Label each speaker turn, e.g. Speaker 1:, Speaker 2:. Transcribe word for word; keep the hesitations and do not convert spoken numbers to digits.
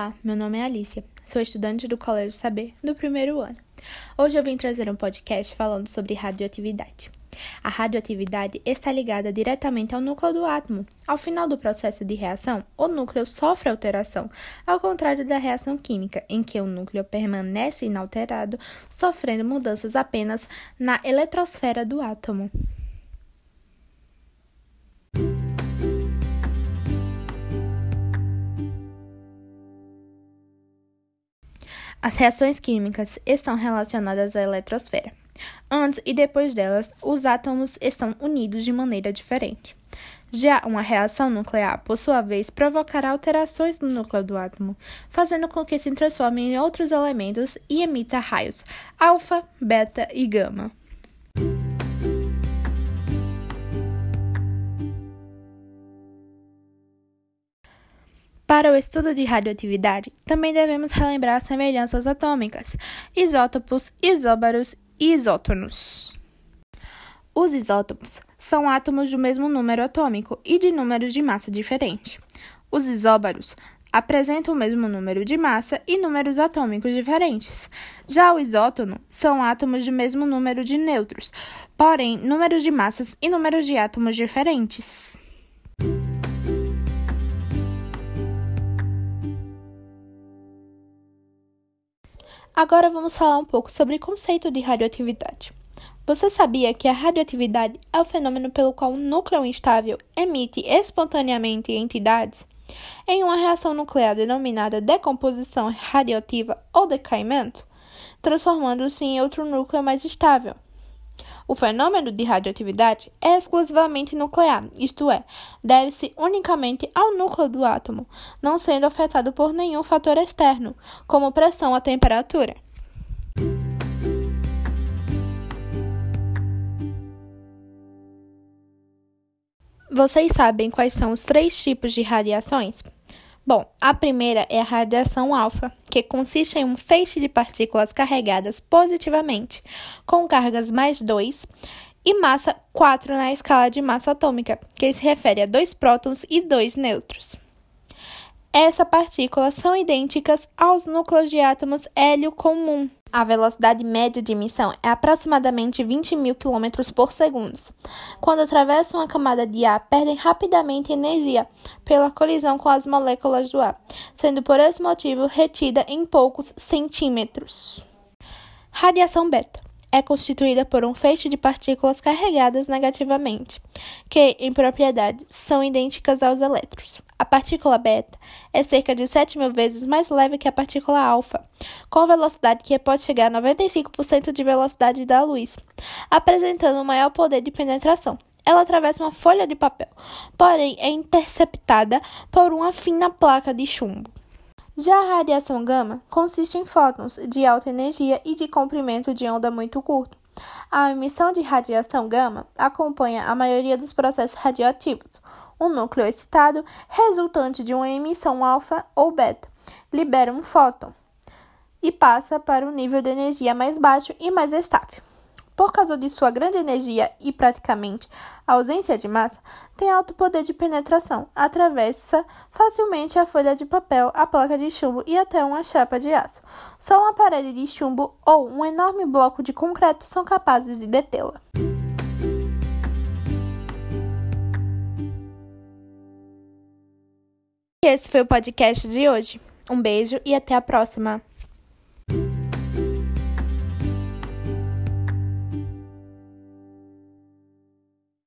Speaker 1: Olá, meu nome é Alicia, sou estudante do Colégio Saber, do primeiro ano. Hoje eu vim trazer um podcast falando sobre radioatividade. A radioatividade está ligada diretamente ao núcleo do átomo. Ao final do processo de reação, o núcleo sofre alteração, ao contrário da reação química, em que o núcleo permanece inalterado, sofrendo mudanças apenas na eletrosfera do átomo. As reações químicas estão relacionadas à eletrosfera. Antes e depois delas, os átomos estão unidos de maneira diferente. Já uma reação nuclear, por sua vez, provocará alterações no núcleo do átomo, fazendo com que se transforme em outros elementos e emita raios alfa, beta e gama. Para o estudo de radioatividade, também devemos relembrar as semelhanças atômicas, isótopos, isóbaros e isótonos. Os isótopos são átomos do mesmo número atômico e de números de massa diferente. Os isóbaros apresentam o mesmo número de massa e números atômicos diferentes. Já o isótono são átomos do mesmo número de nêutrons, porém números de massas e números de átomos diferentes. Agora vamos falar um pouco sobre o conceito de radioatividade. Você sabia que a radioatividade é o fenômeno pelo qual um núcleo instável emite espontaneamente entidades? Em uma reação nuclear denominada decomposição radioativa ou decaimento, transformando-se em outro núcleo mais estável. O fenômeno de radioatividade é exclusivamente nuclear, isto é, deve-se unicamente ao núcleo do átomo, não sendo afetado por nenhum fator externo, como pressão ou temperatura. Vocês sabem quais são os três tipos de radiações? Bom, a primeira é a radiação alfa, que consiste em um feixe de partículas carregadas positivamente, com cargas mais dois e massa quatro na escala de massa atômica, que se refere a dois prótons e dois nêutrons. Essas partículas são idênticas aos núcleos de átomos hélio comum. A velocidade média de emissão é aproximadamente vinte mil quilômetros por segundo. Quando atravessam a camada de ar, perdem rapidamente energia pela colisão com as moléculas do ar, sendo por esse motivo retida em poucos centímetros. Radiação beta é constituída por um feixe de partículas carregadas negativamente, que, em propriedades, são idênticas aos elétrons. A partícula beta é cerca de sete mil vezes mais leve que a partícula alfa, com velocidade que pode chegar a noventa e cinco por cento de velocidade da luz, apresentando um maior poder de penetração. Ela atravessa uma folha de papel, porém é interceptada por uma fina placa de chumbo. Já a radiação gama consiste em fótons de alta energia e de comprimento de onda muito curto. A emissão de radiação gama acompanha a maioria dos processos radioativos. Um núcleo excitado, resultante de uma emissão alfa ou beta, libera um fóton e passa para um nível de energia mais baixo e mais estável. Por causa de sua grande energia e praticamente ausência de massa, tem alto poder de penetração, atravessa facilmente a folha de papel, a placa de chumbo e até uma chapa de aço. Só uma parede de chumbo ou um enorme bloco de concreto são capazes de detê-la. Esse foi o podcast de hoje. Um beijo e até a próxima!